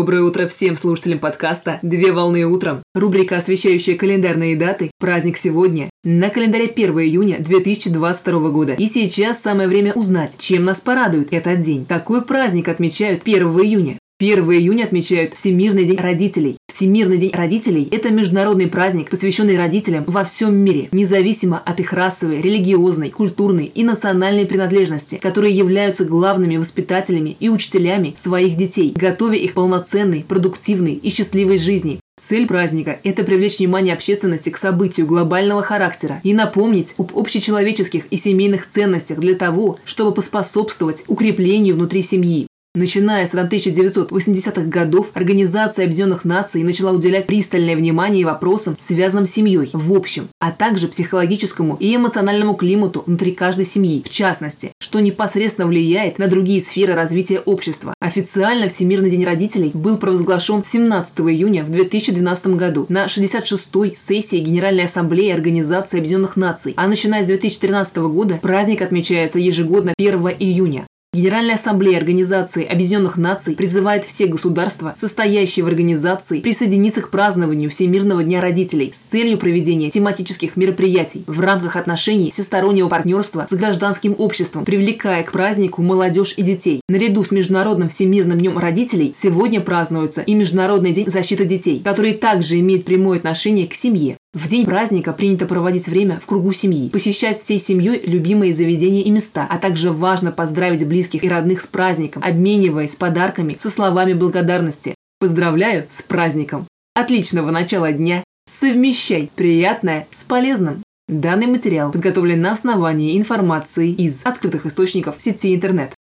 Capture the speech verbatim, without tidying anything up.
Доброе утро всем слушателям подкаста «Две волны утром». Рубрика, освещающая календарные даты. Праздник сегодня. На календаре первое июня две тысячи двадцать второго года. И сейчас самое время узнать, чем нас порадует этот день. Какой праздник отмечают первого июня? первого июня отмечают Всемирный день родителей. Всемирный день родителей – это международный праздник, посвященный родителям во всем мире, независимо от их расовой, религиозной, культурной и национальной принадлежности, которые являются главными воспитателями и учителями своих детей, готовя их к полноценной, продуктивной и счастливой жизни. Цель праздника – это привлечь внимание общественности к событию глобального характера и напомнить об общечеловеческих и семейных ценностях для того, чтобы поспособствовать укреплению внутри семьи. Начиная с тысяча девятьсот восьмидесятых годов, Организация Объединенных Наций начала уделять пристальное внимание вопросам, связанным с семьей в общем, а также психологическому и эмоциональному климату внутри каждой семьи, в частности, что непосредственно влияет на другие сферы развития общества. Официально Всемирный день родителей был провозглашен семнадцатого июня в две тысячи двенадцатом году на шестьдесят шестой сессии Генеральной Ассамблеи Организации Объединенных Наций, а начиная с две тысячи тринадцатого года праздник отмечается ежегодно первого июня. Генеральная Ассамблея Организации Объединенных Наций призывает все государства, состоящие в организации, присоединиться к празднованию Всемирного дня родителей с целью проведения тематических мероприятий в рамках отношений всестороннего партнерства с гражданским обществом, привлекая к празднику молодежь и детей. Наряду с Международным Всемирным днем родителей сегодня празднуется и Международный день защиты детей, который также имеет прямое отношение к семье. В день праздника принято проводить время в кругу семьи, посещать всей семьей любимые заведения и места, а также важно поздравить близких и родных с праздником, обмениваясь подарками со словами благодарности. Поздравляю с праздником! Отличного начала дня! Совмещай приятное с полезным! Данный материал подготовлен на основании информации из открытых источников в сети интернет.